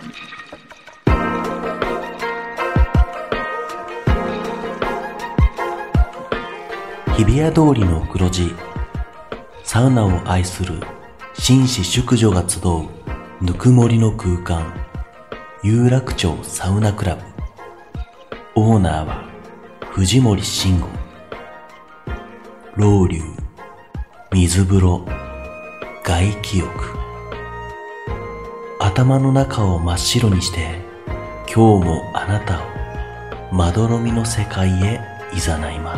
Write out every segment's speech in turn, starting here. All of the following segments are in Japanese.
日比谷通りの黒字、サウナを愛する紳士淑女が集うぬくもりの空間、有楽町サウナクラブ。オーナーは藤森慎吾。ロウリュ、水風呂、外気浴。頭の中を真っ白にして、今日もあなたをまどろみの世界へ誘います。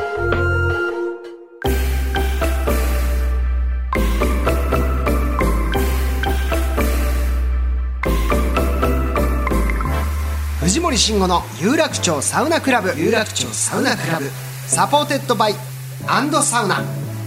藤森慎吾の有楽町サウナクラブ、有楽町サウナクラブ、サポーテッドバイアンドサウナ。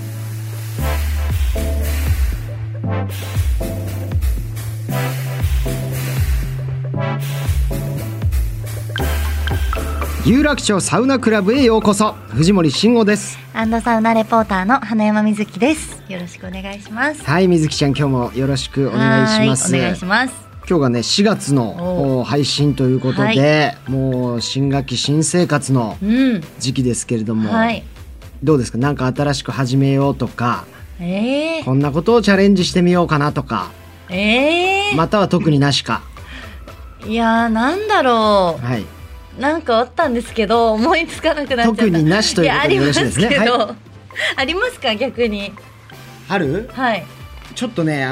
有楽町サウナクラブへようこそ。藤森慎吾です。 アンドサウナレポーターの花山瑞希です。よろしくお願いします。 はい、瑞希ちゃん、今日もよろしくお願いします。 お願いします。 今日がね4月の配信ということで、もう新学期新生活の時期ですけれども、どうですか？なんか新しく始めようとか、こんなことをチャレンジしてみようかなとか、または特になしか。 いやー、なんだろう、なんかあったんですけど思いつかなくなっちゃった。 特になしということでよろしいですね。 ありますか？逆にある？ちょっとね、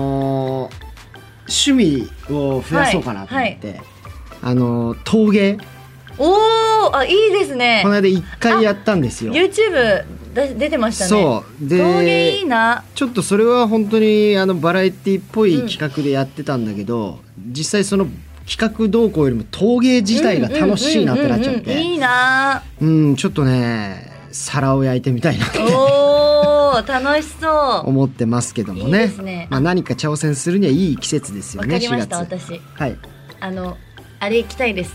趣味を増やそうかなと思って、陶芸。 いいですね。 この間1回やったんですよ。 YouTube 出てましたね。 そうで、 陶芸いいな。 ちょっとそれは本当にバラエティっぽい企画でやってたんだけど、実際その企画動向よりも陶芸自体が楽しいなってなっちゃって、 いいな。 ちょっとね皿を焼いてみたいなって楽しそう思ってますけどもね。 いいですね。 何か挑戦するにはいい季節ですよね。 わかりました。 4月。 私あれ行きたいです。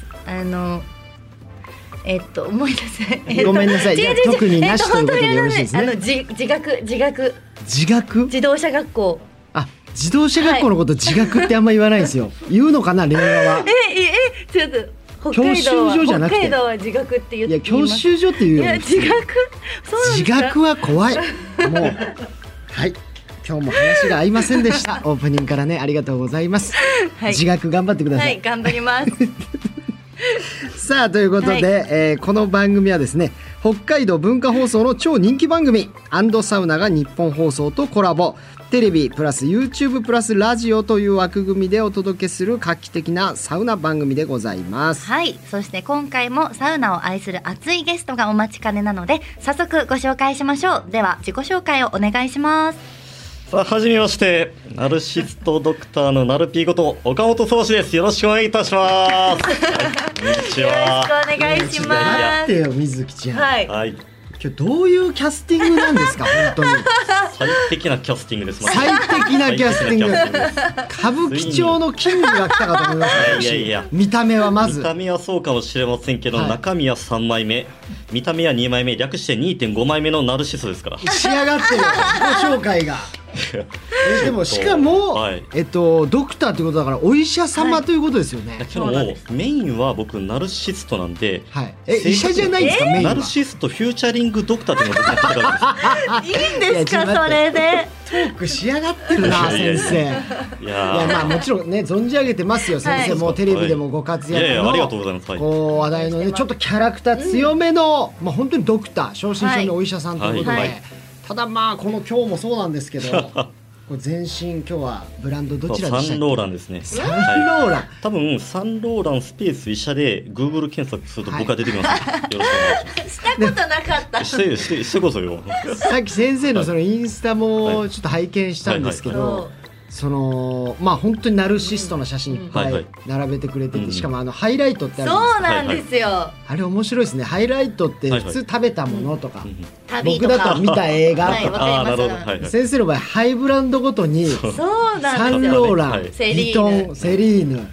思い出せごめんなさい。じゃあ特になしということでよろしいですね。 自学自動車学校。 自動車学校のこと自学ってあんま言わないんですよ。言うのかな、令和は。 ちょっと教習所じゃなくて、北海道は自学って言ってます。 いや、教習所っていうよ。 自学。 自学は怖い。もうはい、今日も話が合いませんでした。オープニングからね、ありがとうございます。自学頑張ってください。 頑張ります。 さあ、ということで、この番組はですね、北海道文化放送の超人気番組アンドサウナが日本放送とコラボ、テレビプラス YouTube プラスラジオという枠組みでお届けする画期的なサウナ番組でございます。 そして今回もサウナを愛する熱いゲストがお待ちかねなので、早速ご紹介しましょう。では自己紹介をお願いします。 はじめまして、ナルシストドクターのナルピーこと岡本壮志です。よろしくお願いいたします。こんにちは。 よろしくお願いします。 待ってよ、水木ちゃん。今日どういうキャスティングなんですか？本当に最適なキャスティングです。 最適なキャスティング。歌舞伎町のキングが来たかと思いました。 いや見た目はまず、 見た目はそうかもしれませんけど、中身は3枚目、見た目は2枚目、略して 2.5 枚目のナルシストですから。 仕上がってるご紹介が。でもしかも、ドクターということだからお医者様ということですよね。 でもメインは僕ナルシストなんで、 医者じゃないんですか？メインはナルシストフューチャリングドクターというのが僕やってたからです。 いいんですか？それでトーク仕上がってるな先生。いや、もちろんね存じ上げてますよ先生。もうテレビでもご活躍の、 ありがとうございます。 こう話題のね、ちょっとキャラクター強めの、本当にドクター、正真正銘のお医者さんということで、ただこの今日もそうなんですけどこれ全身今日はブランドどちらでしたっけ？ サンローランですね。 サンローラン、 多分サンローランスペース医者で Google 検索すると僕が出てきます。よろしくお願いします。 したことなかった。 してこそよ。 さっき先生のそのインスタもちょっと拝見したんですけど、その本当にナルシストの写真いっぱい並べてくれてて、しかもハイライトってあるんです。 そうなんですよ。 あれ面白いですね。ハイライトって普通食べたものとか、僕だと見た映画とか、先生の場合ハイブランドごとにサンローラン、ヴィトン、セリーヌ、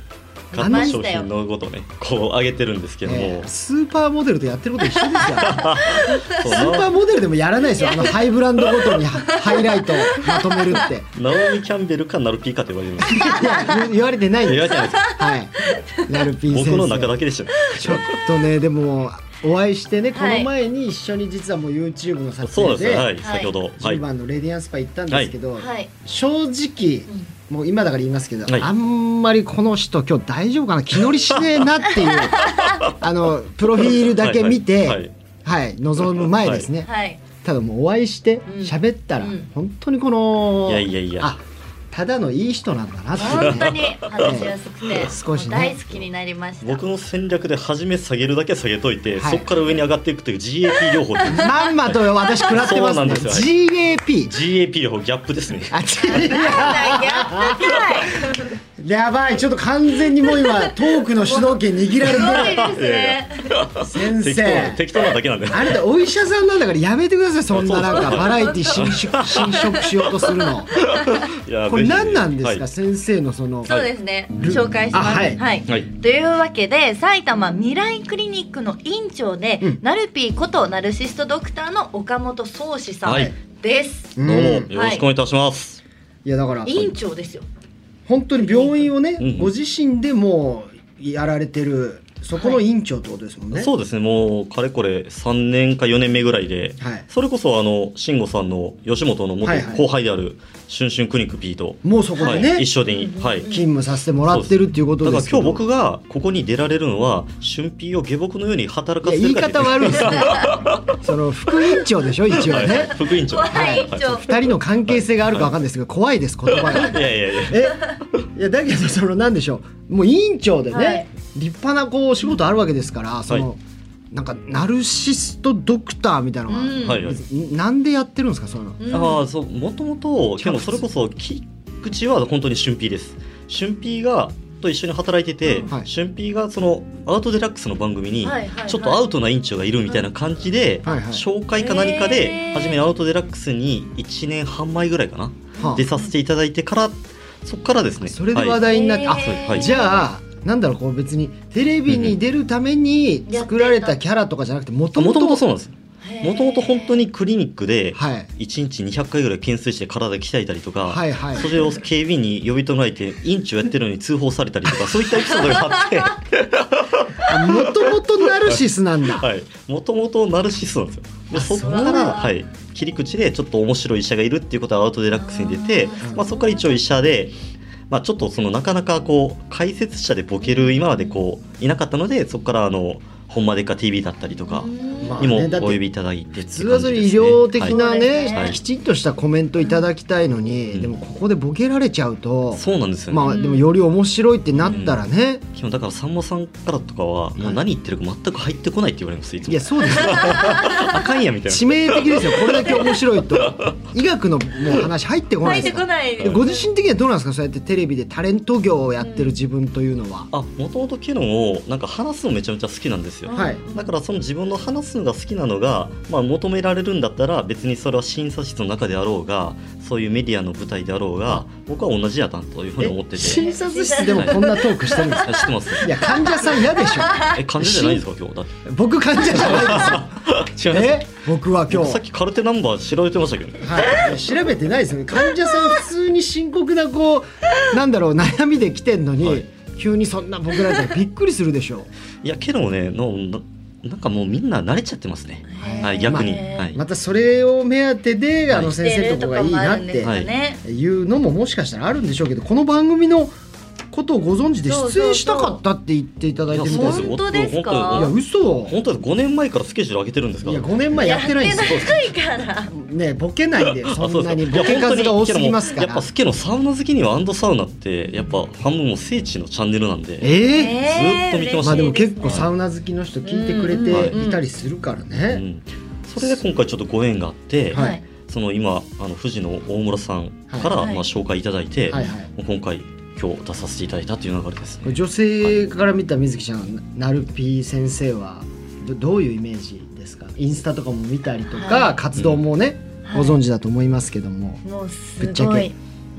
買った商品のごとねこう上げてるんですけども、 スーパーモデルとやってること一緒ですよスそうーパーモデルでもやらないですよ、ハイブランドごとにハイライトまとめるってナオミ・キャンベルかナルピーかって言われるんですいや言われてないんです言われてないですはいナルピー先生僕の中だけでしたね。 ちょっとねでもお会いしてね、この前に一緒に実はもう YouTube の撮そう影でですね、はい、先ほど、はい 10番のレディアンスパ行ったんですけど、 はい正直もう今だから言いますけど、 はいあんまりこの人今日大丈夫かな、気乗りしねえなっていうプロフィールだけ見て、はい臨む前ですね、 はいただもうお会いして喋ったら、本当にこのいやあただのいい人なんだなっていうね本当に話しやすくて少しね大好きになりました。 僕の戦略で初め下げるだけ下げといて、 はいそこから上に上がっていくという GAP 療法っていうまんまと私食らってますねそうなんですよ GAP GAP 療法ギャップですね。 あ違うややばいちょっと完全にもう今トークの主導権握られすごいてですね。 る先生適当なだけなんで。 あれだお医者さんなんだからやめてください、そんななんかバラエティ侵食しようとするのいやこれ何なんですか、 はい先生のそのそうですね。紹介します。 あはいはい。 はいというわけで埼玉未来クリニックの院長で、ナルピーことナルシストドクターの岡本宗志さんはいです。 うんどうもよろしくお願いいたします。 いやだから院長ですよ。 本当に病院をね、 うんご自身でもやられてるそこの院長ってことですもんね、 そうですね、もうかれこれ3年か4年目ぐらいで、 はいそれこそ慎吾さんの吉本の元はいはい後輩であるシュンシュンクリニック P と、 もうそこでね、 はい、一緒に、はい、 勤務させてもらってるっていうことだからですけど、 今日僕がここに出られるのは春 P を下僕のように働かせていやるから言い方悪いですねその副院長でしょ一応はいね、 副院長怖い院長。 二人の関係性があるかわかんないですけど怖いです言葉がいやいやいやいやだけどそのなんでしょう、もう院長でね、 はい立派なこう仕事あるわけですから、その、 はいなんかナルシストドクターみたいなのが、 うんはいはいなんでやってるんですかそういうの、 ああそうもともとでもそれこそ切り口は本当に春 P です春 P がと一緒に働いてて、 はい春 P がそのアウトデラックスの番組にはいはいはいちょっとアウトな院長がいるみたいな感じで、 はいはい紹介か何かでへー初めにアウトデラックスに1年半前ぐらいかな、 はあ出させていただいてからそこからですねそれで話題になって、 はいはいじゃあなんだろうこう別にテレビに出るために作られたキャラとかじゃなくてもともとももととそうなんですもともと本当にクリニックではい 1日200回ぐらい懸垂して体鍛えたりとか、 はいはいそれを警備員に呼び止められて院長やってるのに通報されたりとかそういったエピソードがあってもともとナルシスなんだ、 はいもともとナルシストなんですよでそこかそうら、はい、切り口でちょっと面白い医者がいるっていうことはアウトデラックスに出て、まあ、そこから一応医者で、まあ、ちょっとそのなかなかこう解説者でボケる今までこういなかったのでそこからほんまでっか TV だったりとかまあにもねだってお呼びいただいてっていう普通はそれ医感じですね療的なね、 はいはいきちんとしたコメントいただきたいのに、 うんでもここでボケられちゃうと、 そうなんですよね、 まあでもより面白いってなったらね、 基本だからさんまさんからとかはもう何言ってるか全く入ってこないって言われますいつもいやそうですよあかんやみたいな致命的ですよこれだけ面白いと医学のもう話入ってこないですか入ってこないでご自身的にはどうなんですかそうやってテレビでタレント業をやってる自分というのは、 もともとケノンをなんか話すのめちゃめちゃ好きなんですよ、 はいだからその自分の話すのが好きなのが、まあ、求められるんだったら別にそれは診察室の中であろうがそういうメディアの舞台であろうが僕は同じやなというふうに思ってて診察室でもこんなトークしてるんですか知ってますいや患者さん嫌でしょ患者じゃないですか今日だって僕患者じゃないですよ違います僕は今日さっきカルテナンバー調べてましたけどねはい、調べてないですよね患者さん普通に深刻なこうなんだろう悩みで来てんのに、 はい急にそんな僕らじゃびっくりするでしょいやケノンねなんかもうみんな慣れちゃってますね、はい、逆に、はいまたそれを目当てで、 はい先生のとこがいいなってはいいうのももしかしたらあるんでしょうけどこの番組のことをご存知で出演したかったって言っていただいてみたいですよ。 本当ですかいや嘘。 本当です5年前からスケジュール上げてるんですかいや5年前やってないんですよ。 やってないからねボケないでそんなにいやボケ数が多すぎますからやっぱ。スケのサウナ好きにはアンドサウナってやっぱ半分も聖地のチャンネルなんで、ずっと見てましたまあでも結構サウナ好きの人聞いてくれていたりするからうね。 ん、それで今回ちょっとご縁があって、 はいその今富士の大村さんから、 はいまあ、紹介いただいて、 はいはい。 もう今回今日出させていただいたという流れですね。 女性から見た水木ちゃんなるぴー先生はどういうイメージですか。インスタとかも見たりとか、 はい活動もね、 はいご存知だと思いますけども、 もうすぶっちゃけごい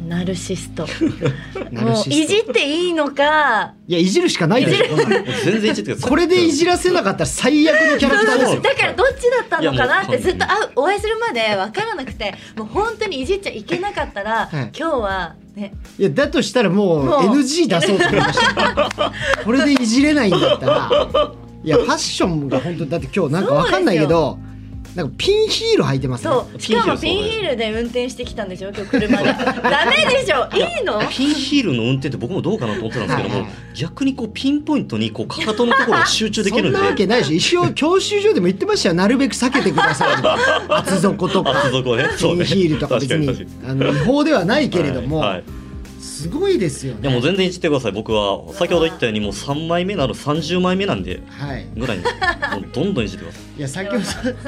ナルシストナルもうシストいじっていいのか。 いやいじるしかないでしょこんなの全然いじってください。 これでいじらせなかったら最悪のキャラクターですよだからどっちだったのかなっていやもうずっとお会いするまで分からなくて、もう本当にいじっちゃいけなかったら、 はい今日はねいやだとしたらもうもう NG 出そうと思いましたこれでいじれないんだったらいやファッションが本当だって今日なんかわかんないけどなんかピンヒール履いてますねそうしかもピンヒールで運転してきたんでしょ今日車でダメでしょいいのピンヒールの運転って僕もどうかなと思ってたんですけども、 はいはい逆にこうピンポイントにこうかかとのところが集中できるんで。 そんなわけないでしょ一応教習所でも言ってましたよなるべく避けてください厚底とか厚底ね、そうね。 ピンヒールとか別に確かに違法ではないけれども、 はいはいすごいですよねいやもう全然いじってください。僕は先ほど言ったようにもう3枚目なる30枚目なんではいぐらいにもうどんどんいじってください。 いや先ほど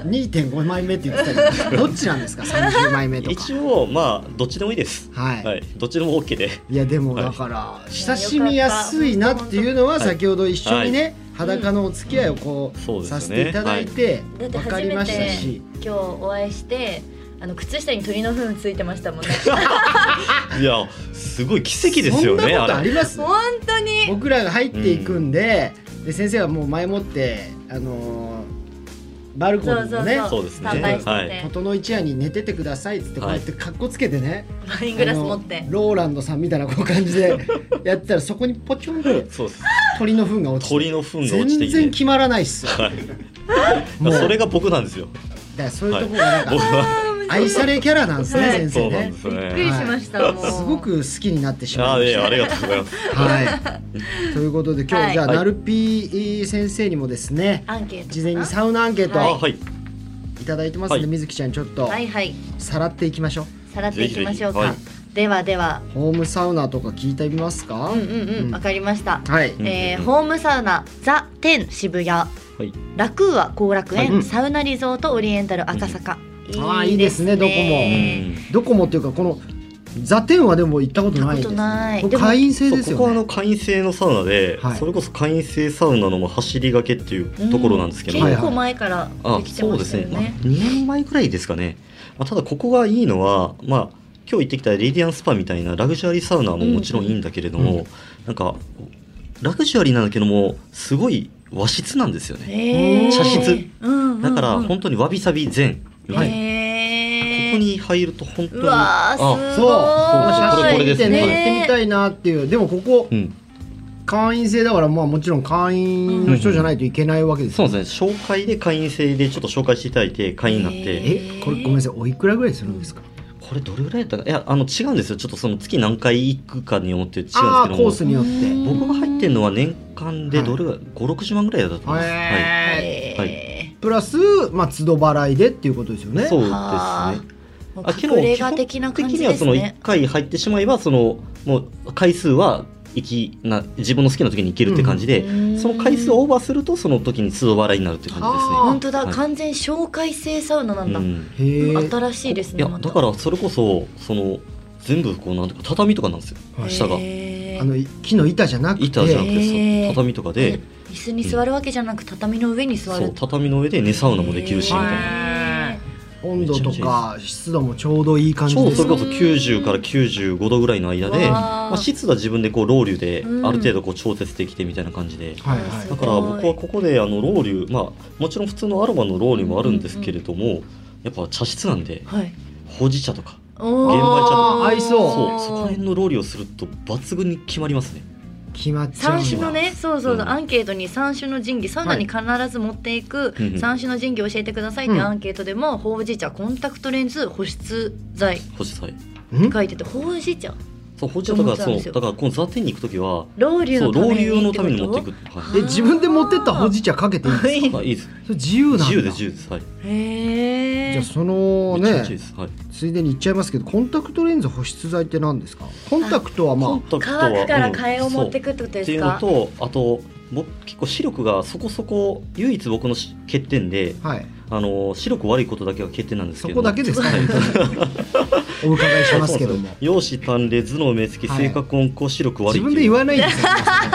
2.5枚目って言ってたけどどっちなんですか30枚目とか一応まあどっちでもいいです。 はい、 はい、どっちでも OK で。 いやでもだから親しみやすいなっていうのは先ほど一緒にね裸のお付き合いをこそううさですよねせていただいてだって分かりま初めしたして今日お会いして靴下に鳥の糞ついてましたもんねいやすごい奇跡ですよね。 そんなことあれあります本当に僕らが入っていくんで、で先生はもう前もってバルコニーのねそうですねスタンバイしてて、 はい整一夜に寝ててくださいっつってこうやってカッコつけてね、 ワイングラス持ってローランドさんみたいなこう感じでやってたらそこにポチョンってそうです。 鳥の糞が落ちて鳥の糞が落ちて全きて。 然決まらないっすよもうそれが僕なんですよ。 だからそういうところがなん僕かは愛されキャラなんですね、 はい先生ねそうなんですびっくりしました、もうすごく好きになってしまあいましたありがとうございます。 はいということで今日じゃあ、 はいなるぴー先生にもですねアンケート事前にサウナアンケートをあはいいただいてますので、 はい水木ちゃんちょっとはいはいさらっていきましょう。 さらっていきましょうか、 ぜひぜひではではホームサウナとか聞いてみますか。 うんうんうんわかりました、 はい、 ホームサウナザ・テン渋谷、 はいラクーア後楽園、 はいサウナリゾートオリエンタル赤坂、 あーいいですねどこもうんどこもっていうかこのザテンはでも行ったことないです。 行ったことないこれ会員制ですよね。 そうここは会員制のサウナで、 はいそれこそ会員制サウナのもう走りがけっていうところなんですけど、 結構前からあできてそうですね、 ましたよねまあ、2年前くらいですかね、まあ、ただここがいいのは、まあ、今日行ってきたレディアンスパみたいなラグジュアリーサウナももちろんいいんだけれども、 うんなんかラグジュアリーなんだけどもすごい和室なんですよね。 へー茶室うんうんうんだから本当にわびさび全みたいな、 へーここに入ると本当にうわーあすそうごいこれですね写真見てね行ってみたいなっていう。でもここうん、 会員制だからまあもちろん会員の人じゃないといけないわけですよ。 そうですね紹介で会員制でちょっと紹介していただいて会員になって、 えこれごめんなさいおいくらぐらいするんですか。 これどれぐらいだったかいや違うんですよ。ちょっとその月何回行くかによって違うんですけどああもコースによって。 僕が入ってるのは年間でどれぐらい、560万ぐらいだったと思います、 へはいへプラスまあ都度払いでっていうことですよね。 そうですね。 はーもうけど隠れ家的な感じです基本的にはその1 ね回入ってしまえばそのもう回数は自分の好きな時に行けるって感じで、 うんその回数をオーバーするとその時に都度払いになるって感じですね。 あ本当だ、 はい完全紹介制サウナなんだ、 うんへえ。 新しいですいやねまただからそれこそその全部こうなんていうか畳とかなんですよ、 はい下がへーあの木の板じゃなくて。 板じゃなくてへーそう畳とかで、 椅子に座るわけじゃなく畳の上に座るそう畳の上で寝サウナもできるしみたいな。 へ温度とか湿度もちょうどいい感じですか。 ちょうどそれこそ90から95度ぐらいの間で、 わーまあ、湿度は自分でこうロウリュでうんある程度こう調節できてみたいな感じで、 はいはい。 だから僕はここでロウリュ、まあ、もちろん普通のアロマのロウリュもあるんですけれども、やっぱ茶室なんではいほうじ茶とかお玄米茶とか合いそうそうそこら辺のロウリュをすると抜群に決まりますね。 決まっちゃうんだ。 三種のねそうそうそう、 うんアンケートに三種の神器サウナに必ず持っていくうん三種の神器を教えてくださいっていうアンケートでも、ほうじ茶コンタクトレンズ保湿剤ほうじ茶ん書いててほうじ茶そうほうじ茶とかそうそう思ってたんですよだからこのザテンに行くときはロウリュそうのためにロウリュのってことために持っていく、はい自分で持ってったほうじ茶かけていいんですか。 あいいですそれ自由なんだ。 自由です自由ですはいへえじゃあそのねめっちゃめちゃいいですはいついでに言っちゃいますけどコンタクトレンズ保湿剤って何ですか。コンタクトはまコンあタクトは乾くからうん替えを持ってくってことっですか、 ていうのとあと僕結構視力がそこそこ唯一僕の欠点ではい視力悪いことだけが欠点なんですそけどこだけですか。 はいお伺いしますけども。 容姿端麗頭脳目つきはい性格温厚視力悪いっていう自分で言わないですよ。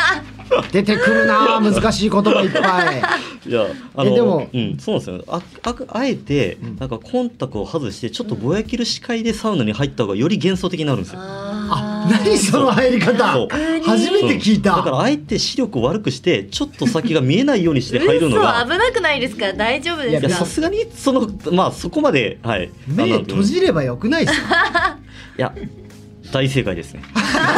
出てくるな難しい言葉いっぱい。 いやでもそうなんですよ。あえてなんかコンタクトを外してちょっとぼやける視界でサウナに入った方がより幻想的になるんですよ。 何その入り方、 そう初めて聞いた。 だからあえて視力を悪くしてちょっと先が見えないようにして入るのが危なくないですか？大丈夫ですか？ いやさすがにそこまで、はい、 目閉じればよくないですか？ いや大正解ですね。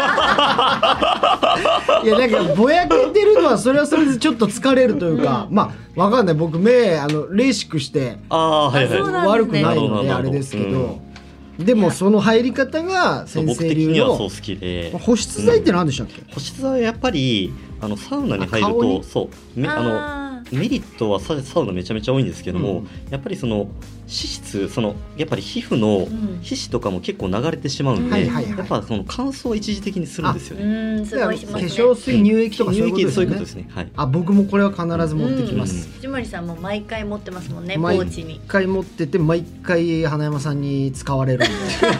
いやなんかぼやけてるのはそれはそれでちょっと疲れるというか、まあわかんない、僕目レーシックしてはいはい、 悪くないのであれですけど、でもその入り方が先僕生流の的にはそう好きで、 保湿剤って何でしたっけ？ 保湿剤はやっぱりサウナに入るとそうメリットはサウナめちゃめちゃ多いんですけども、やっぱりその脂質やっぱり皮膚の皮脂とかも結構流れてしまうんで、やっぱその乾燥は一時的にするんですよね。 すごいしますね。 化粧水乳液とかそういうことですそういうね。 ことですね。はい。 僕もこれは必ず持ってきます。 藤森さんも毎回持ってますもんね、ポ毎ーチに。 回持ってて毎回花山さんに使われるんで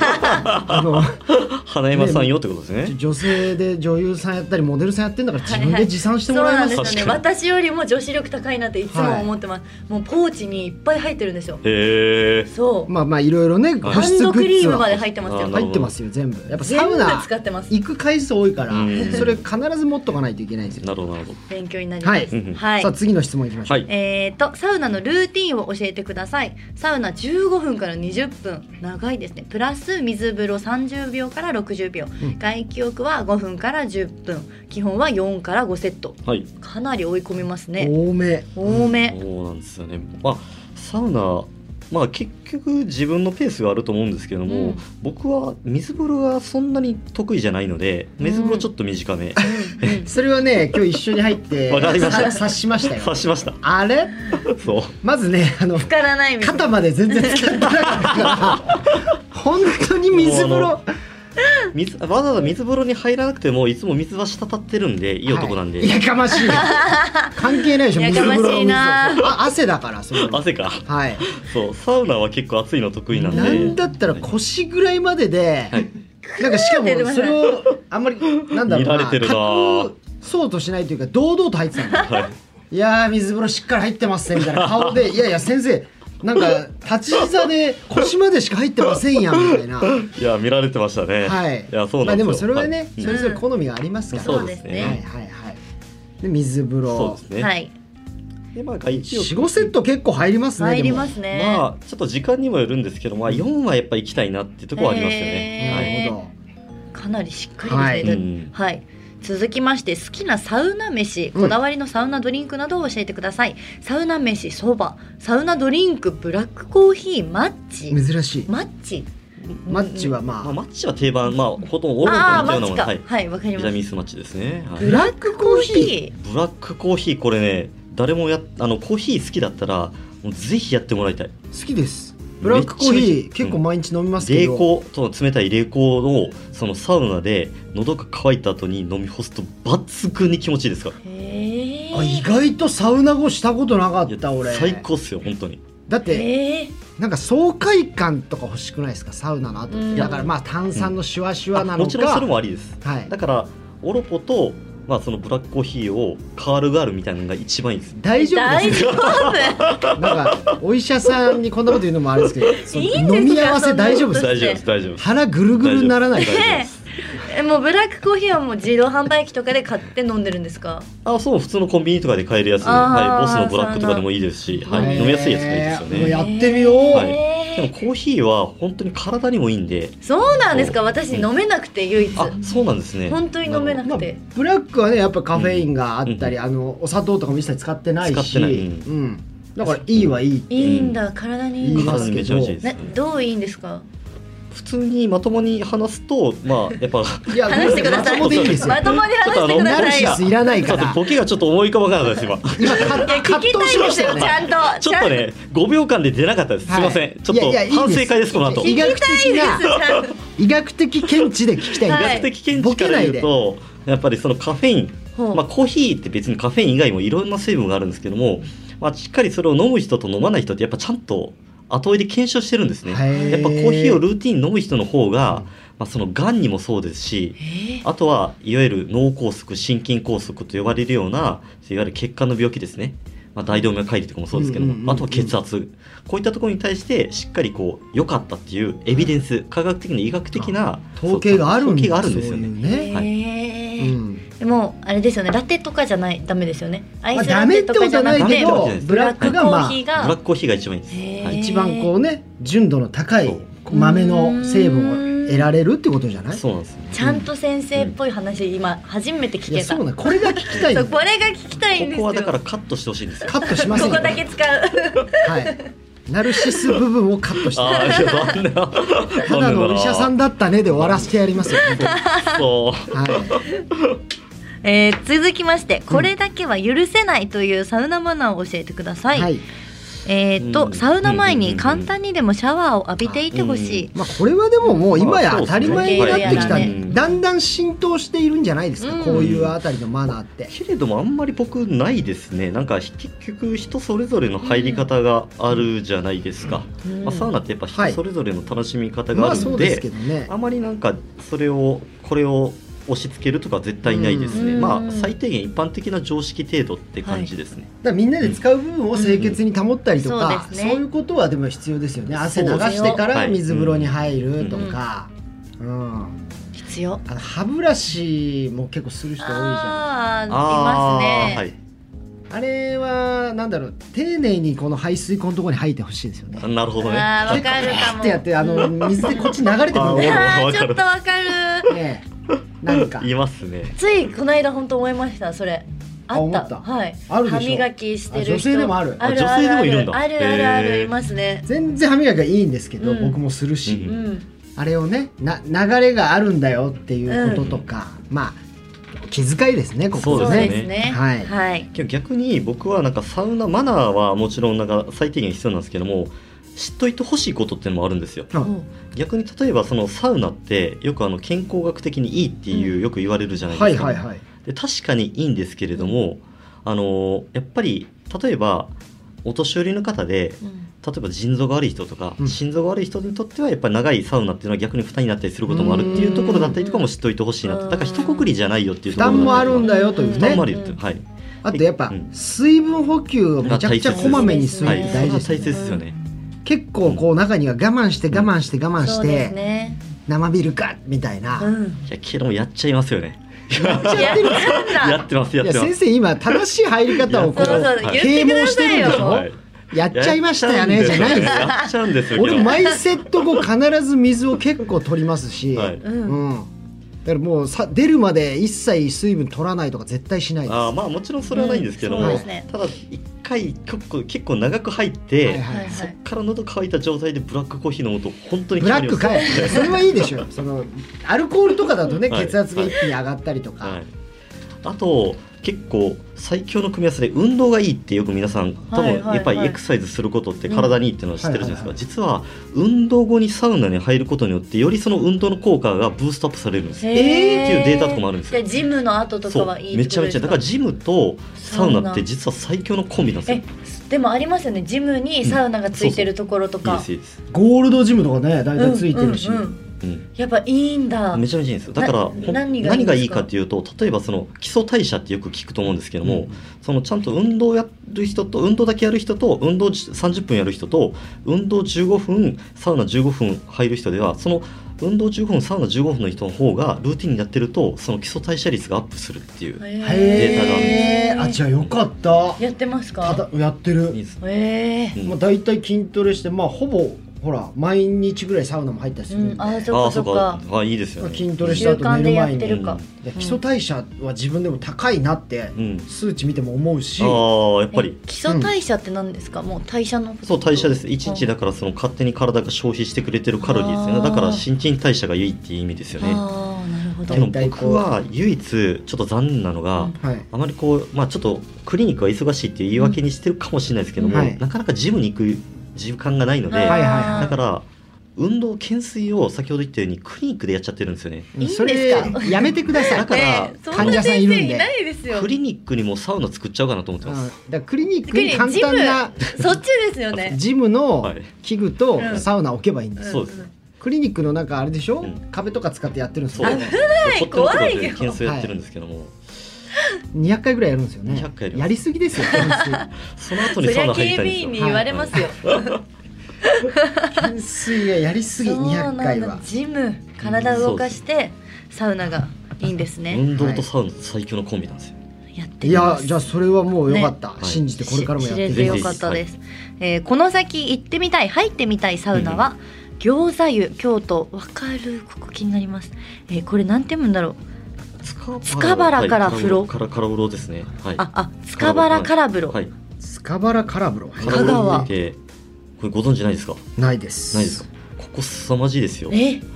花山さんよってことですね。 女性で女優さんやったりモデルさんやってんだから自分で持参してもらいます。 そうなんですよね。私よりも女子力高いなっていつも思ってます。もうポーチにいっぱい入ってるんですよ。 へえ。 そう。 まあいろいろね、 ハンドクリームまで入ってますよ。 入ってますよ全部。やっぱサウナ行く回数多いからそれ必ず持っとかないといけないんですよ。 なるほどなるほど。 勉強になります。はい。 さあ次の質問いきましょう。 サウナのルーティンを教えてください。サウナ15分から20分、長いですね。プラス水風呂30秒から60秒、外気浴は5分から10分、基本は4から5セット。 はい。 かなり追い込みますね。 多め。 そうなんですよね。サウナ結局自分のペースがあると思うんですけども、僕は水風呂がそんなに得意じゃないので水風呂ちょっと短め。 それはね今日一緒に入って察しましたよ。 察しました。 あれそうまずね浸からない肩まで全然浸かってなかったから本当に水風呂わざわざ水風呂に入らなくてもいつも水は滴ってるんでいい男なんで、 やかましい関係ないでしょ。水風呂やかましいな。 汗だからそれ汗か。 はいそうサウナは結構暑いの得意なんで、 なんだったら腰ぐらいまでで、なんかしかもそれをあんまりなんだろうな見られてるな、 隠そうとしないというか堂々と入ってたの。いや水風呂しっかり入ってますねみたいな顔でいや先生なんか立ち膝で腰までしか入ってませんやんみたいな。 いや見られてましたね。 はい。 いやそうなんですよ。 でもそれはね、それぞれ好みがありますから。 そうですね。 はい。で水風呂。 そうですね。 はい。 で外気浴 4、5セット結構入りますね。 入りますね。 ちょっと時間にもよるんですけど4はやっぱり行きたいなっていうところはありますよね。 なるほど。かなりしっかりですね。はい。続きまして好きなサウナ飯、こだわりのサウナドリンクなどを教えてください。サウナ飯、そば、サウナドリンク、ブラックコーヒー、マッチ。 珍しい。 マッチマッチはマッチは定番、ほとんどオールと似たようなもの。 はい、わかります。 ビタミンスマッチですね。 ブラックコーヒー。ブラックコーヒーこれね、誰もコーヒー好きだったらもうぜひやってもらいたい。 好きです。ブラックコーヒー結構毎日飲みますけど、 冷たい冷凍のそのサウナで喉が渇いた後に飲み干すと抜群に気持ちいいですから。 意外とサウナ後したことなかった俺。 最高っすよ本当に。 だってなんか爽快感とか欲しくないですかサウナの後って。だから炭酸のシュワシュワなのか、 もちろんそれもありです。だからオロポとそのブラックコーヒーをカールガールみたいなのが一番いいです。 大丈夫ですよ。なんかお医者さんにこんなこと言うのもあれですけど、飲み合わせ大丈夫です。 大丈夫です。 腹ぐるぐるにならないから。 もうブラックコーヒーはもう自動販売機とかで買って飲んでるんですか？ そう普通のコンビニとかで買えるやつ、ボスのブラックとかでもいいですし、飲みやすいやつがいいですよね。 もうやってみよう。 でもコーヒーは本当に体にもいいんで。 そうなんですか。私飲めなくて唯一。 そうなんですね。 本当に飲めなくて。 ブラックはねやっぱカフェインがあったり、お砂糖とかも一切使ってないし、だからいいはいい。 いいんだ、体にいいんだ。 めちゃめちゃいいです。 どういいんですか？ 普通にまともに話すとやっぱ話してください。 まともでいいですよ。 まともに話してくださいよ。 ナルシスいらないから。 ボケがちょっと思い浮かばなかったです今。 聞きたいんですよちゃんと。 ちょっとね5秒間で出なかったです。すいません。ちょっと反省会ですこの後。 医学的見地で聞きたい。 医学的見地から言うとやっぱりそのカフェイン、コーヒーって別にカフェイン以外もいろんな成分があるんですけども、しっかりそれを飲む人と飲まない人ってやっぱちゃんと後追いで検証してるんですね。やっぱコーヒーをルーティンに飲む人の方がそのがんにもそうですし、あとはいわゆる脳梗塞、心筋梗塞と呼ばれるようないわゆる血管の病気ですね、大動脈解離とかもそうですけども、あとは血圧、こういったところに対してしっかり良かったっていうエビデンス、科学的な医学的な統計があるんだ、 統計があるんですよそういうね。 ね。 でもあれですよね、ラテとかじゃないダメですよね。アイスラダメってことテとかじゃなくてはないけど、ブラックがコーヒーがブラックコーヒーが一番いいです。 一番こうね、純度の高い豆の成分を得られるってことじゃない？ そうなんですね。 ちゃんと先生っぽい話、今初めて聞けた。 そうね、これが聞きたいそう、これが聞きたいんですよ。 ここはだからカットしてほしいんですよ。 カットしませんよ。 ここだけ使う。 はい。ナルシス部分をカットしてなんだただのお医者さんだったねで終わらせてやりますよ。 そう。 続きまして、これだけは許せないというサウナマナーを教えてください。はい。サウナ前に簡単にでもシャワーを浴びていてほしい。 これはでももう今や当たり前になってきた、だんだん浸透しているんじゃないですか、こういうあたりのマナーって。 けれどもあんまり僕ないですね。なんか結局人それぞれの入り方があるじゃないですか。サウナってやっぱ人それぞれの楽しみ方があるので、あまりなんかこれを押し付けるとか絶対ないですね。最低限一般的な常識程度って感じですね。 だからみんなで使う部分を清潔に保ったりとか、そういうことはでも必要ですよね。汗流してから水風呂に入るとか、 必要。 歯ブラシも結構する人多いじゃないですか。 いますね。 あれはなんだろう、丁寧にこの排水口のところに入ってほしいですよね。 なるほどね。 わかるかも。 ってやって水でこっち流れてくる。 ちょっとわかる。 ね、なんかいますね。 ついこの間本当思いました。それあった。はい。歯磨きしてる人。 女性でもある。 女性でもいるんだ。 あるいますね。 全然歯磨きがいいんですけど、僕もするし、あれをね、流れがあるんだよっていうこととか、気遣いですね、ここはね。そうですね。 はい。 逆に僕はなんかサウナマナーはもちろんなんか最低限必要なんですけども、知っといてほしいことっていうのもあるんですよ。逆に例えばそのサウナってよく健康学的にいいっていうよく言われるじゃないですか。で確かにいいんですけれども、やっぱり例えばお年寄りの方で、例えば腎臓が悪い人とか、心臓が悪い人にとってはやっぱり長いサウナっていうのは逆に負担になったりすることもあるっていうところだったりとかも知っておいてほしいなと。だから一括りじゃないよっていうところ負担もあるんだよというね。 負担もあるよって、はい。 あとやっぱ水分補給をめちゃくちゃこまめにするって大事ですね。 大切ですよね。 結構こう中には我慢して生ビールかみたいな。 いやけどもやっちゃいますよね。 やってます。先生今正しい入り方をこう啓蒙してるんでしょ。やっちゃいましたよねじゃないですよ。 やっちゃうんですよ。 俺毎セット後必ず水を結構取りますし、だからもう出るまで一切水分取らないとか絶対しないです。 もちろんそれはないんですけども、ただ一回結構長く入って、そっから喉乾いた状態でブラックコーヒー飲むと本当にブラックかい。それはいいでしょ。そのアルコールとかだとね、血圧が一気に上がったりとか。 あと結構最強の組み合わせで運動がいいってよく皆さん多分やっぱりエクササイズすることって体にいいっていうのは知ってるじゃないですか。実は運動後にサウナに入ることによってよりその運動の効果がブーストアップされるんですっていうデータとかもあるんですよ。 ジムの後とかはいいってことですか？ めちゃめちゃだからジムとサウナって実は最強のコンビなんですよ。 でもありますよね、ジムにサウナがついてるところとか。 ゴールドジムとかね、だいたいついてるし。 やっぱいいんだ。 めちゃめちゃいいんですよ。だから何がいいかっていうと、例えばその基礎代謝ってよく聞くと思うんですけども、そのちゃんと運動やる人と運動だけやる人と運動30分やる人と運動15分サウナ15分入る人では、その運動15分サウナ15分の人の方がルーティンにやってるとその基礎代謝率がアップするっていうデータがあるんです。 じゃあよかった。 やってますか？ やってる。だいたい筋トレしてほぼほら毎日ぐらいサウナも入ったりする。 そっか。 いいですよね。 筋トレした後寝る前に基礎代謝は自分でも高いなって数値見ても思うし。 やっぱり基礎代謝って何ですか？もう代謝の。 そう、代謝です。1日だからその勝手に体が消費してくれてるカロリーですよね。だから新陳代謝が良いっていう意味ですよね。でも僕は唯一ちょっと残念なのが、あまりこうちょっとクリニックは忙しいっていう言い訳にしてるかもしれないですけども、なかなかジムに行く時間がないので、だから運動懸垂を先ほど言ったようにクリニックでやっちゃってるんですよね。 それやめてください。 だから患者さんいるんで、 クリニックにもサウナ作っちゃおうかなと思ってます。 だからクリニックに簡単なそっちですよね。 ジムの器具とサウナ置けばいいんです。 そうです。 クリニックのなんかあれでしょ、 うん壁とか使ってやってるんですそうよ凝ったところ怖いよで懸垂やってるんですけども、 200回ぐらいやるんですよね。 200回やりますやりすぎですよ懸垂その後そりゃにサウナ入り警備たいんですよ。 員に言われますよ、 懸垂がやりすぎそうなんだ 200回は。 ジム体を動かしてサウナがいいんですね、 運動とサウナ最強のコンビなんですよ。 やっていみます。 やじゃあそれはもうよかった、 ね信じてこれからもやっていく知れてよかったです、この先行ってみたい入ってみたいサウナは、餃子湯京都。わかる、ここ気になります。これなんて読むんだろう。塚原から風呂、 から風呂ですね。はい。 塚原から風呂、 はい。 塚原から風呂香川ってこれご存知ないですか？ ないです。 ないですか？ここ凄まじいですよ。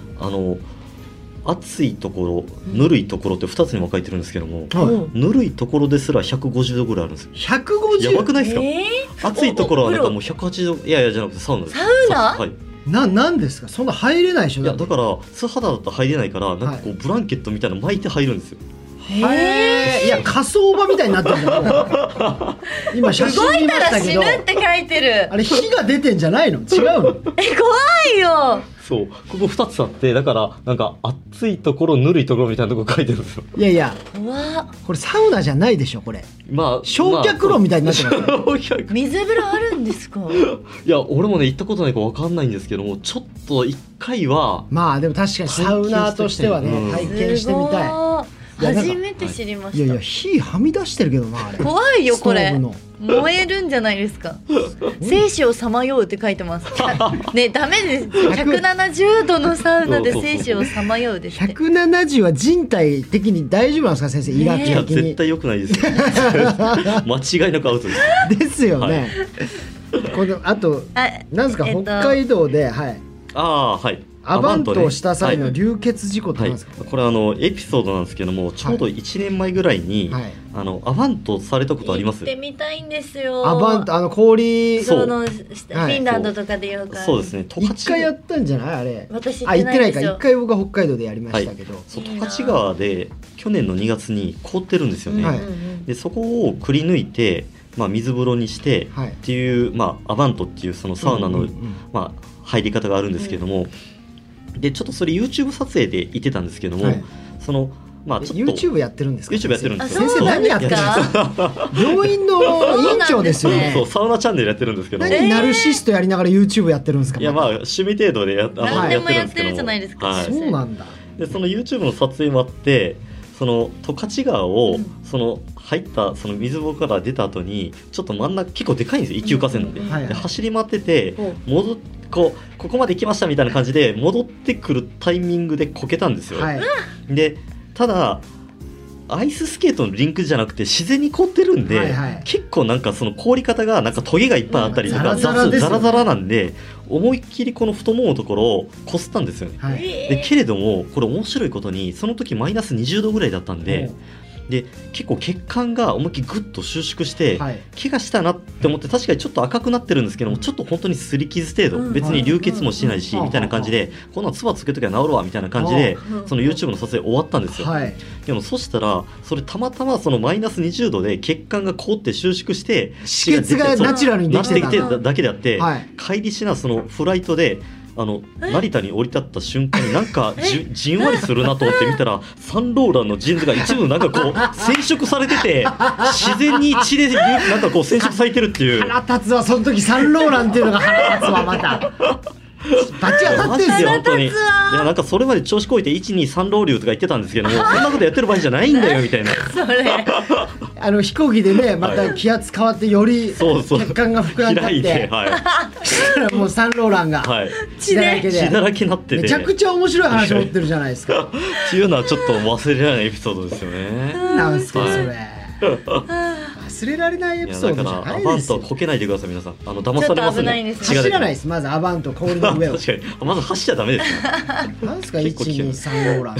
暑いところ、ぬるいところって2つに分かれてるんですけども、 はいぬるいところですら150度ぐらいあるんですよ。 150。 やばくないですか？暑いところはなんかもう180度、いやいやじゃなくてサウナです。 サウナはい。 なんですか、そんな入れないでしょ。 いやだから素肌だと入れないからなんかこうブランケットみたいなの巻いて入るんですよ。 いや火葬場みたいになってるじゃんもう今写真見ま動いたらしたけど、 死ぬって書いてる。 あれ火が出てんじゃないの？違うの？ 怖いよ。 そうここ2つあってだからなんか暑いところぬるいところみたいなところ書いてるんですよ。 いやいや怖っ。 これサウナじゃないでしょこれ。 まあ焼却炉みたいになってますね。 焼却水風呂あるんですか？ いや俺もね行ったことないか分かんないんですけどもちょっと1回はまあでも確かにサウナーとしてはねうん体験してみたい。 すごい。 いやなんか初めて知りました。 いやいや火はみ出してるけどなあれ。 怖いよこれストーブの。 燃えるんじゃないですか。生死をさまようって書いてます。ね、ダメです。170度のサウナで生死をさまようですって。 170は人体的に大丈夫なんですか先生？医学いや的に絶対良くないですよ間違いなくアウトです。 ですよね。このあとなんですか北海道ではいはいアバントをした際のはい流血事故ってはい何ですか？ これエピソードなんですけどもちょうど1年前ぐらいに、 はいアバントされたことあります？ 行ってみたいんですよ。 アバント氷そうそのフィンランドとかでよくある。 そうですね。 一回やったんじゃないあれ？ 私あ行ってないか。 ですよ一回僕は北海道でやりましたけど。 そう十勝川で去年の2月に凍ってるんですよね。 はいでそこをくり抜いて、水風呂にして、 はいっていう、アバントっていうそのサウナの、 うんうんうん入り方があるんですけども、でちょっとそれ YouTube 撮影で行ってたんですけども、 はいそのちょっと YouTube やってるんですか？ YouTube やってるんですよ。 先生何やってるんですか？病院の院長ですよね。 そうサウナチャンネルやってるんですけど、 何ナルシストやりながら YouTube やってるんですか？ いや趣味程度で何でもやってるんですけどるじゃないですか。 はいそうなんだ。 でその YouTube の撮影もあってその十勝川を、その入ったその水風呂から出た後にちょっと真ん中結構でかいんですよ一級河川なんで,、 はいはいで走り回っててうんここまで来ましたみたいな感じで戻ってくるタイミングでこけたんですよ、 はい。 でただアイススケートのリンクじゃなくて自然に凍ってるんで、 はいはい結構なんかその凍り方がなんかトゲがいっぱいあったりとか、 ザラザラですよねザラザラなんで思いっきりこの太もものところをこすったんですよね。 はい。 でけれどもこれ面白いことにその時マイナス20度ぐらいだったんで、で結構血管が思いっきりグッと収縮して、 はい。 怪我したなって思って確かにちょっと赤くなってるんですけどもちょっと本当に擦り傷程度、 うん別に流血もしてないし、 うんみたいな感じで、こんなの唾つけときゃ治るわみたいな感じで、 うんその YouTube の撮影終わったんですよ、 はい。 でもそしたらそれたまたまそのマイナス20度で血管が凍って収縮して止血がナチュラルにできてたなってきてだけであって、 はい。 帰りしなそのフライトで成田に降り立った瞬間になんかじんわりするなと思って見たらサンローランのジーンズが一部なんかこう染色されてて自然に血でなんかこう染色されてるっていう腹立つわその時サンローランっていうのが腹立つわまた。バチ当たってんすよ。 本当にいやなんかそれまで調子こいて123ロウリュとか言ってたんですけどもそんなことやってる場合じゃないんだよみたいなそれ飛行機でねまた気圧変わってよりそうそう血管が膨らんじゃっ開いててそしたらもうサンローランがはい血だらけで血だらけになっててめちゃくちゃ面白い話持ってるじゃないですか。 っていうのはちょっと忘れられないエピソードですよね。 なんすかそはいれ。忘れられないエいやピソードじゃだからアバンないですよ。 トはこけないでください皆さん騙されますちょっと危ないねです違う走らないですまずアバント氷の上を。 確かにまず走っちゃダメですよなんすか結構危険 123ローラン。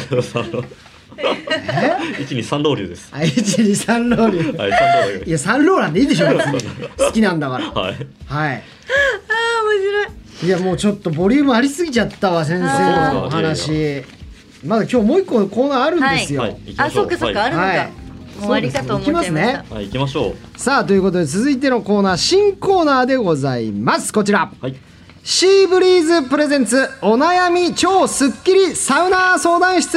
123ロウリュですあ123ローリュ。 はい3ロウリュいやサンローランでいいでしょ別に好きなんだから。 はいはい。 面白い。 いやもうちょっとボリュームありすぎちゃったわ先生のお話。まだ今日もう一個のコーナーあるんですよ。 はい行きましょそうかそうか、 はいあるのか、 はい終わりかと思っちゃいました。 そうですねはい行きましょうさあということで続いてのコーナー新コーナーでございますこちら。 はいシーブリーズプレゼンツお悩み超スッキリサウナ相談室。 イ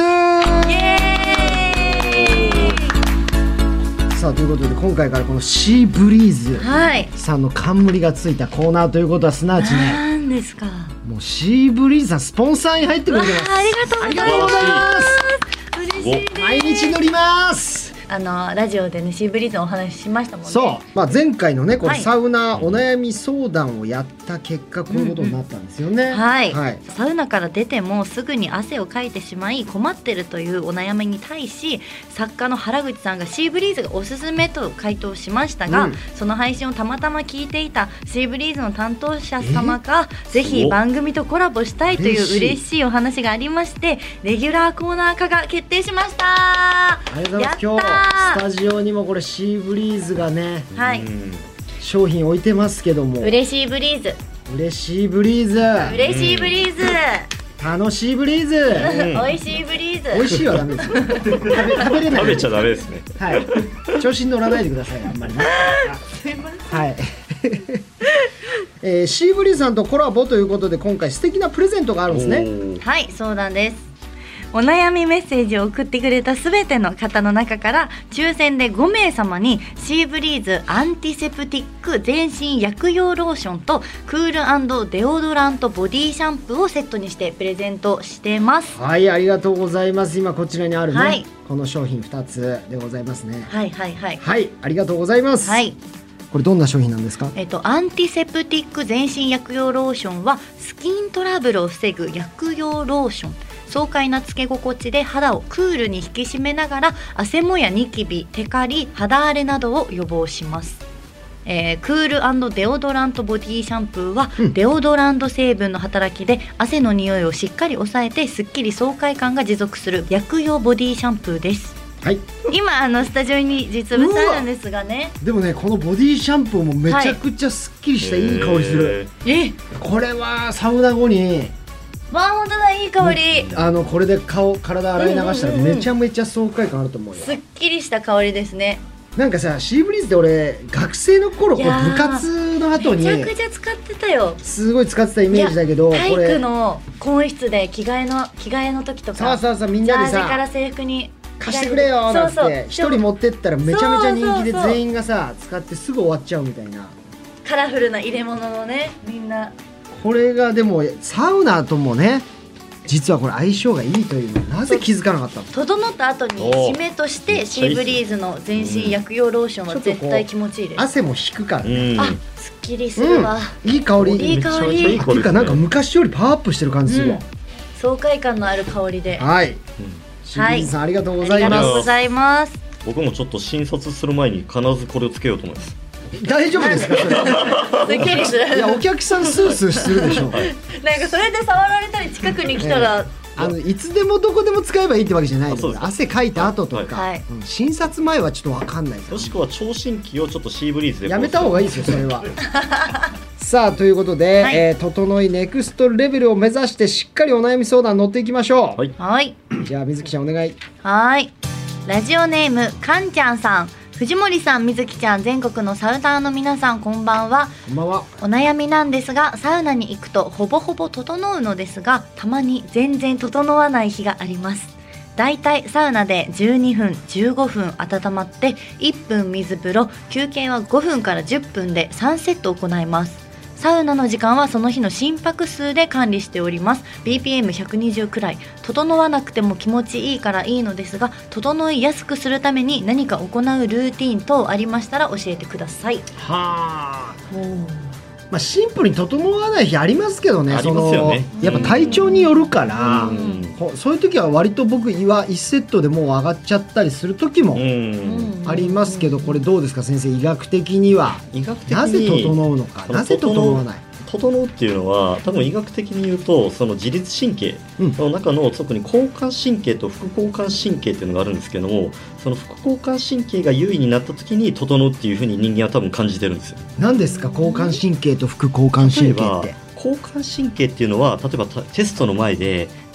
エーイ。 さあということで今回からこのシーブリーズはい。 さんの冠がついたコーナーということはすなわちね、 なんですか。 もうシーブリーズさんスポンサーに入ってくれてます。 ありがとうございます。 ありがとうございます。 嬉しいです。 毎日乗ります。 ラジオでねシーブリーズのお話ししましたもんね。 そう、前回のねこはいれサウナお悩み相談をやった結果こういうことになったんですよね。 はい、 はい。 サウナから出てもすぐに汗をかいてしまい困ってるというお悩みに対し、作家の原口さんがシーブリーズがおすすめと回答しましたが、その配信をたまたま聞いていたシーブリーズの担当者様がぜひ番組とコラボしたいという嬉しいお話がありまして、レギュラーコーナー化が決定しました。 ありがとうございます。今やったー日スタジオにもこれシーブリーズがねはい、 商品置いてますけども、 嬉しいブリーズ、 嬉しいブリーズ、 嬉しいブリーズ、 楽しいブリーズ、 美味しいブリーズ。 美味しいはダメですよ。食べれない。 食べちゃダメですね。 はい。調子に乗らないでくださいあんまりね。 すいません。 はい。シーブリーズさんとコラボということで今回素敵なプレゼントがあるんですね。 はい、そうなんです。お悩みメッセージを送ってくれたすべての方の中から抽選で5名様にシーブリーズアンティセプティック全身薬用ローションとクール&デオドラントボディシャンプーをセットにしてプレゼントしてます。 はい、ありがとうございます。今こちらにあるね、 はいこの商品2つでございますね。 はいはいはい。 はい、ありがとうございます。 はい。 これどんな商品なんですか？ アンティセプティック全身薬用ローションはスキントラブルを防ぐ薬用ローション。爽快なつけ心地で肌をクールに引き締めながら汗もやニキビ、テカリ、肌荒れなどを予防します。クール&デオドラントボディシャンプーは、デオドラント成分の働きで汗の匂いをしっかり抑えてすっきり爽快感が持続する薬用ボディシャンプーです。 はい。 今スタジオに実物あるんですがね。 でもねこのボディシャンプーもめちゃくちゃすっきりしたいい香りする。これはサウナ後にわあ、本当だ、いい香り。 これで体洗い流したらめちゃめちゃ爽快感あると思うよ。 すっきりした香りですね。 なんかさシーブリーズって俺学生の頃こう部活の後にめちゃくちゃ使ってたよ。 すごい使ってたイメージだけど、 体これ育の更衣室で着替えの時とか、 そうみんなでジャージからさ制服に貸してくれよなんつって一人持っってったらめちゃめちゃ人気でそうそうそう全員がさ使ってすぐ終わっちゃうみたいな。 カラフルな入れ物のね、みんなこれがでもサウナともね実はこれ相性がいいというのなぜ気づかなかったの？ 整った後に締めとしてシーブリーズの全身薬用ローションは絶対気持ちいいです。 汗も引くからね。 あ、すっきりするわ。 いい香り。 いい香り。 っていうかなんか昔よりパワーアップしてる感じするわ。 爽快感のある香りで。 はい。シーブリーズさんありがとうございありがとうます。 ございます。 僕もちょっと診察する前に必ずこれをつけようと思います。 大丈夫ですかそれ？ すっきりする。 いやお客さんスースーするでしょ。 なんかそれで触られたり近くに来たら、 いつでもどこでも使えばいいってわけじゃないの。 そうです汗かいた後とか、 はい診察前はちょっとわかんないからもしくは聴診器をちょっとシーブリーズでやめた方がいいですよそれは。さあということで、 はい整いネクストレベルを目指してしっかりお悩み相談乗っていきましょう。 はいはいじゃあ水木ちゃんお願い。 はいラジオネームかんちゃんさん、藤森さん、水木ちゃん、全国のサウナーの皆さんこんばんは。 こんばんは。 お悩みなんですが、サウナに行くとほぼほぼ整うのですが、たまに全然整わない日があります。だいたいサウナで12分15分温まって1分水風呂、休憩は5分から10分で3セット行います。サウナの時間はその日の心拍数で管理しております。 BPM120 くらい。整わなくても気持ちいいからいいのですが、整いやすくするために何か行うルーティン等ありましたら教えてください。 はあ。まあシンプルに整わない日ありますけどね。 ありますよねやっぱ体調によるから、 うんそういう時は割と僕は1セットでもう上がっちゃったりする時もありますけど、これどうですか先生、医学的には医学的になぜ整うのか、なぜ整わない？ 整うっていうのは多分医学的に言うとその自律神経の中の特に交感神経と副交感神経っていうのがあるんですけども、その副交感神経が優位になった時に整うっていうふうに人間は多分感じてるんですよ。 何ですか交感神経と副交感神経って？ 交感神経っていうのは例えばテストの前で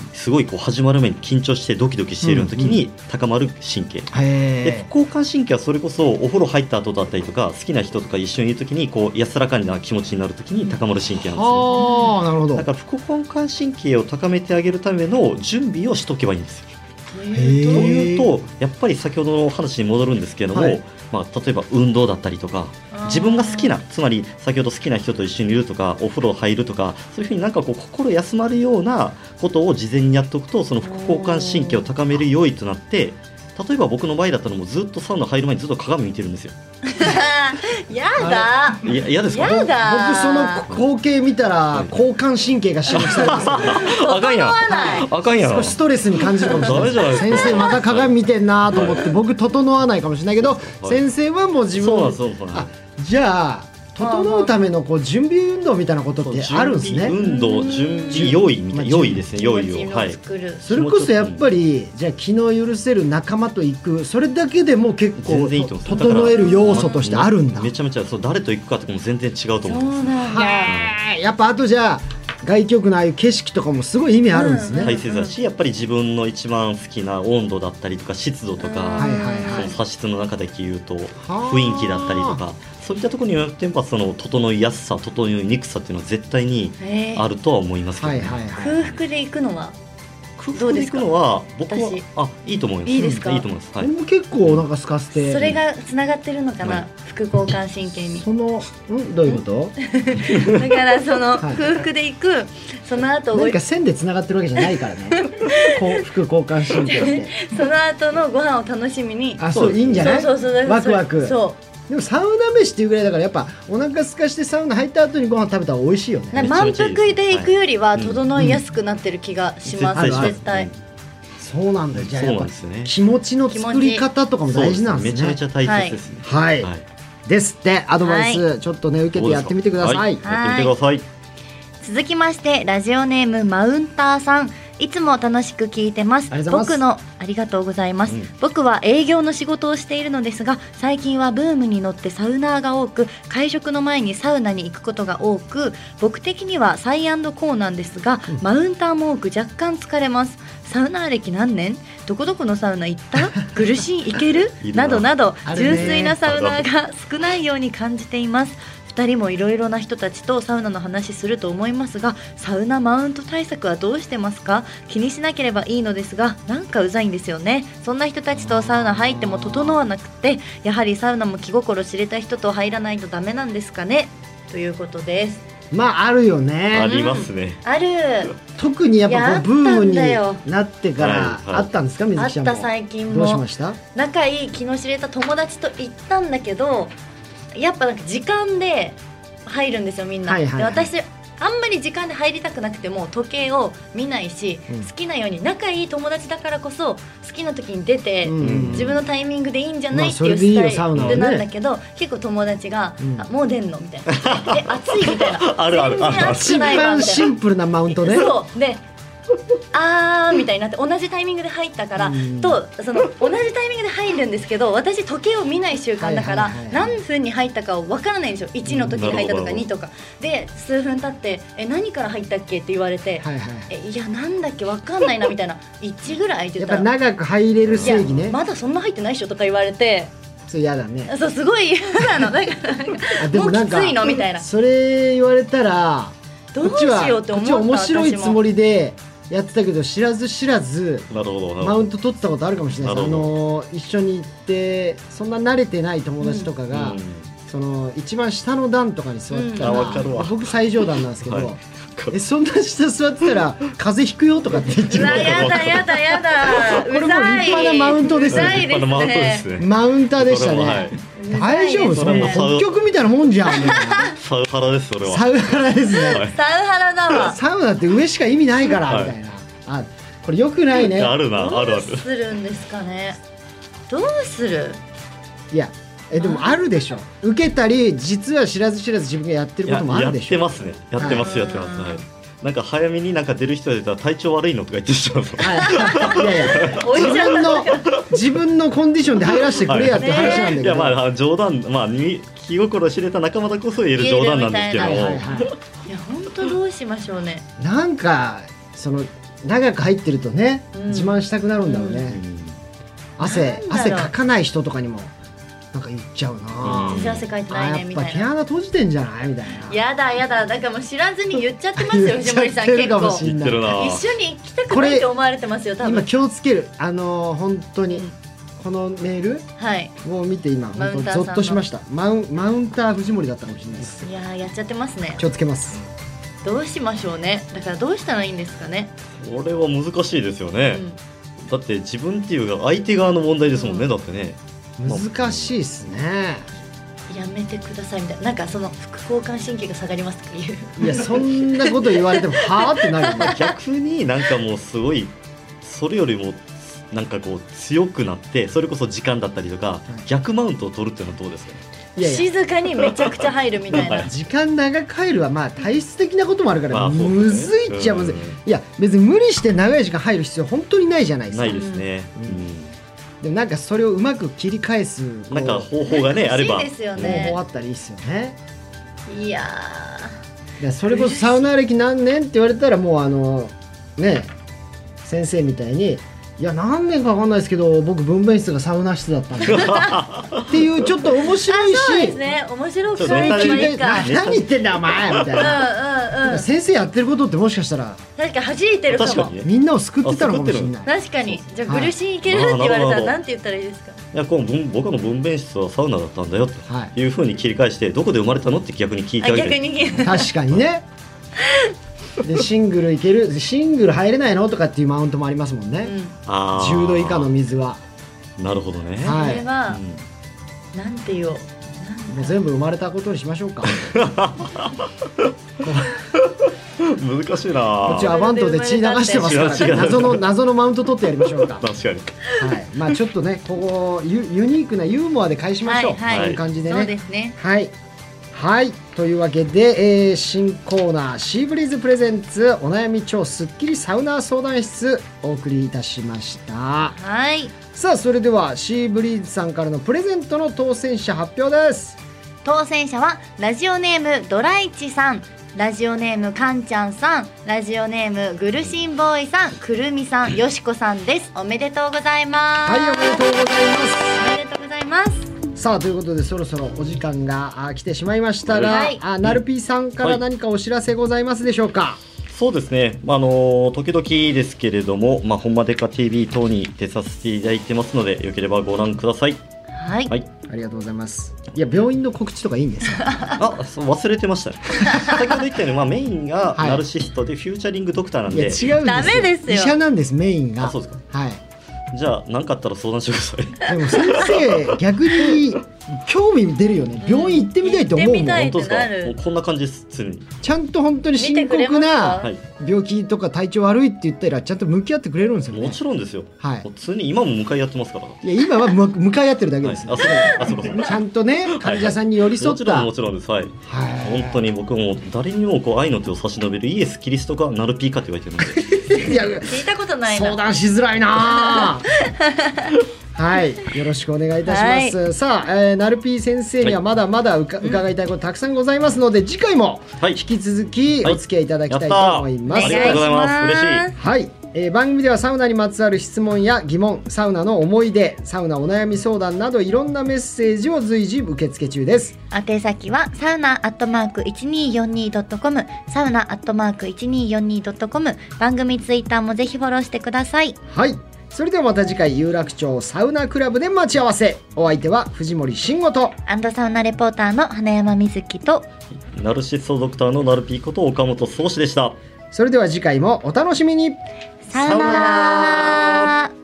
すごいこう始まる前に緊張してドキドキしている時に高まる神経、で副交感神経はそれこそお風呂入った後だったりとか好きな人とか一緒にいる時にこう安らかな気持ちになる時に高まる神経なんですね。 ああなるほど。 だから副交感神経を高めてあげるための準備をしとけばいいんですよ。とへーいうとやっぱり先ほどの話に戻るんですけれども、 はいまあ、例えば運動だったりとか自分が好きなつまり先ほど好きな人と一緒にいるとかお風呂入るとかそういうふうになんかこう心休まるようなことを事前にやっておくとその副交感神経を高める要因となって例えば僕の場合だったらもうずっとサウナ入る前にずっと鏡見てるんですよ。 やだいや嫌ですか？ やだ僕その光景見たら交感神経が刺激されますあかんやんあかんやん少しストレスに感じるかもしれないダメじゃないですか先生また鏡見てんなと思って僕整わないかもしれないけど、先生はもう自分そうなんですあじゃあ整うためのこう準備運動みたいなことってあるんですね。 運動準備用意みたいな用意ですね用意をはい作る、 それこそやっぱりじゃあ気の許せる仲間と行くそれだけでも結構全然いいと思う整える要素としてあるんだ。 めちゃめちゃそう誰と行くかとかも全然違うとそう思うんですなんだ。 はいやっぱあとじゃあ外気浴のああいう景色とかもすごい意味あるんですね。 大切だしやっぱり自分の一番好きな温度だったりとか湿度とか、 はいはいはいその茶室の中で言うとあ雰囲気だったりとかそういったところによってやっぱその整いやすさ整いにくさっていうのは絶対にあるとは思いますけど、 はいはいはい。 空腹で行くのは空腹で行くのは僕は私いいと思います。 いいですかいいと思います。はい俺も結構お腹空かせてそれがつながってるのかな、 はい副交感神経に。 そのどういうことだからそのはい空腹で行くその後何か線でつながってるわけじゃないからね副交感神経ってその後のご飯を楽しみに。 あそういいんじゃないそうそうそうワクワクそでもサウナ飯っていうぐらいだからやっぱお腹空かしてサウナ入った後にご飯食べたら美味しいよね。 うなめちゃめ満ちゃいいです腹で行くよりははい整いやすくなってる気がします、 うん絶対。 そうなんだよ。じゃあそうやっぱなんですよね。 気持ちの作り方とかも大事なんですね。 めちゃめちゃ大切ですね。 はい、 はいですってアドバイス、ちょっとね受けてやってみてください。 はいやってみてください。 続きましてラジオネームマウンターさん、いつも楽しく聞いてます。 ありがとうございますありがとうございます、 うん僕は営業の仕事をしているのですが最近はブームに乗ってサウナーが多く会食の前にサウナに行くことが多く僕的にはサイ&コーなんですが、マウンターも多く若干疲れます。サウナー歴何年、どこどこのサウナ行った苦しい行けるいるななどなどあるね純粋なサウナーが少ないように感じています。2人もいろいろな人たちとサウナの話すると思いますがサウナマウント対策はどうしてますか？気にしなければいいのですがなんかうざいんですよね。そんな人たちとサウナ入っても整わなくてやはりサウナも気心知れた人と入らないとダメなんですかね、ということです。 まああるよあね。 りますね。 ある特にやっぱこいやうブームあったんにだよなってからはいはいあったんですか、水あっ木ちゃんも。 た最近どうしもました？ 仲いい気の知れた友達と行ったんだけどやっぱなんか時間で入るんですよみんな、 はいはいはいで私あんまり時間で入りたくなくても時計を見ないし、 うん好きなように仲いい友達だからこそ好きな時に出て、 うん自分のタイミングでいいんじゃないってまあそれでいいよいうスタサウナはねイルなんだけど、結構友達が、 うんあもう出んのみたいな暑いみたいなあるある全然暑一くないわ番みたいなシンプルなマウントね。 そうでみたいになって同じタイミングで入ったから、 うんとその同じタイミングで入るんですけど私時計を見ない習慣だから、 はいはいはいはい何分に入ったかを分からないんですよ。1の時に入ったとかなるほど 2とかで数分経って何から入ったっけって言われて、 はいはい。 いやなんだっけ分かんないなみたいな1ぐらいってやっぱ言ったら長く入れる正義いやね。 まだそんな入ってないっしょとか言われてそれ嫌だね。 そうすごい嫌なのだからあでもなんかもうきついのみたいなそれ言われたらどうしようって思った。 こっちは面白い私もつもりでやってたけど知らず知らずなるほど。 マウント取ってたことあるかもしれないです。 なるほ一緒に行ってそんな慣れてない友達とかが、 うんその一番下の段とかに座ってたら、 うんあわかるわ僕最上段なんですけど、 はいそんな下座ってたら風邪ひくよとかって言ってうわるやだやだやだこれも立派なマウントですようざい立派なマウントですね。 マウンターでしたね、 それもはい大丈夫そんなそれも北極みたいなもんじゃんみたいなサウハラですそれは。 サウナですね、 はいサウハラだわ。 サウナって上しか意味ないから、 はいみたいなあこれよくないね。 あるなあるある。 どうするんですかね。どうする？ いやでもあるでしょ。受けたり実は知らず知らず自分がやってることもあやっるでしょ。 てますね。やってますやってます。はい。なんか早めになんか出る人が出たら体調悪いのとか言ってしまうの。 はい、いやいやおいちゃんだ自分のコンディションで入らせてくれやって話なんだけど、 いやまあ冗談まあ気心知れた仲間だこそ言える冗談なんですけども。 はいはいはいいや本当どうしましょうね。 なんかその長く入ってるとね、 うん自慢したくなるんだろうね、汗なんだろうかかない人とかにもなんか言っちゃうな、 うん全然汗かいてあないねやっぱ毛みたいな。 穴閉じてんじゃないみたいなやだやだ、だからもう知らずに言っちゃってますよ藤森さん。 言っちゃってる結構かもしん言ってるな。 一緒に行きたくないと思われてますよ多分。 今気をつける本当に、 うんこのメールはい。 を見て今マウ本ンターさんの当ゾッとしましたマウンター藤森だったかもしれないです。 いやーやっちゃってますね。 気をつけます。 どうしましょうね。だからどうしたらいいんですかね。 これは難しいですよね、 うんだって自分っていうか相手側の問題ですもんね、 うんだってね。 難しいっすね。 やめてくださいみたいな、なんかその副交感神経が下がりますとかいう。 いやそんなこと言われてもはあってなるよね。 逆になんかもうすごいそれよりもなんかこう強くなってそれこそ時間だったりとか、逆マウントを取るっていうのはどうですかね。 いやいや静かにめちゃくちゃ入るみたいな。 時間長く入るはまあ体質的なこともあるから、 まあそうむですねずいっちゃむずい。いや別に無理して長い時間入る必要本当にないじゃないですか。 ないですね、 でもなんかそれをうまく切り返すなんか方法がねあれば欲しいですよ方ね法あったらいいっすよね。 いやいやそれこそサウナ歴何年って言われたらもうね先生みたいにいや何年か分かんないですけど僕分娩室がサウナ室だったんでっていうちょっと面白いー、そうですしね、面白くそうそれネタでがいいか。 何言ってんだよお前みたいなうん。 先生やってることってもしかしたら確かに弾いてるかも確かに。ねみんなを救ってたのかもしれない。 確かに。じゃあはいグルシンいけるって言われたなるほどらなんて言ったらいいですか。 いやこの僕の分娩室はサウナだったんだよとはいいうふうに切り返してどこで生まれたのって逆に聞いてあ、 あげる。 逆に。 確かにね。でシングルいけるシングル入れないのとかっていうマウントもありますもんね。 あー 10度以下の水はなるほどね、 はいそれはなんて言おう。 もう全部生まれたことにしましょうか。 難しいなこっちはアバントで血流してます違う違うから謎のマウント取ってやりましょうか。 確かにはい、まあちょっとねここユニークなユーモアで返しましょう、 はいという感じでそうね。 ですね。 はいはいというわけで、新コーナーシーブリーズプレゼンツお悩み超スッキリサウナー相談室お送りいたしました。 はい。 さあそれではシーブリーズさんからのプレゼントの当選者発表です。 当選者はラジオネームドライチさん、ラジオネームかんちゃんさん、ラジオネームグルシンボーイさん、くるみさん、よしこさんです。おめでとうございます。 はいおめでとうございます。 おめでとうございます。 さあということでそろそろお時間が来てしまいましたが、 はいなるぴーさんから何かお知らせございますでしょうか。 そうですね、時々ですけれども、ほんまでか TV 等に出させていただいてますのでよければご覧ください。 はい。 はい、 ありがとうございます。いや病院の告知とかいいんですか。 そう忘れてましたね先ほど言ったように、メインがはいナルシストでフューチャリングドクターなんいやで、 違うんですよ。 ダメですよ医者なんですメインが。 あそうですか。 はい。 じゃあ何かあったら相談してください。 でも先生逆に興味出るよね。病院行ってみたいって思うもん。 行ってみたい本当ですか。 ってなるもうこんな感じです常に。 ちゃんと本当に深見てくれ刻ますかなはい、 病気とか体調悪いって言ったらちゃんと向き合ってくれるんですよね。 もちろんですよ。 はいもう常に今も向かい合ってますから。 いや今は向かい合ってるだけはい、 です、 あそうかそうか。 ちゃんとね患者さんに寄り添った、 もちろんもちろんです。はい。 はい本当に僕も誰にもこう愛の手を差し伸べるイエス・キリストかナルピーかって言われてるんでいや聞いたことないな。 相談しづらいなはいよろしくお願いいたします、さあ、なるぴー先生にはまだまだ伺いたいことたくさんございますので、次回もはい引き続きお付き合いいただきたいと思います、 ありがとうございます。嬉しい。 はい、番組ではサウナにまつわる質問や疑問、サウナの思い出、サウナお悩み相談などいろんなメッセージを随時受付中です。 宛先はサウナ@1242.com、サウナ@1242.com、番組ツイッターもぜひフォローしてください。 はい、それではまた次回有楽町サウナクラブで待ち合わせ。お相手は藤森慎吾とアンドサウナレポーターの花山瑞希と、 ナルシストドクターのナルピーこと岡本壮志でした。 それでは次回もお楽しみに。 さよなら。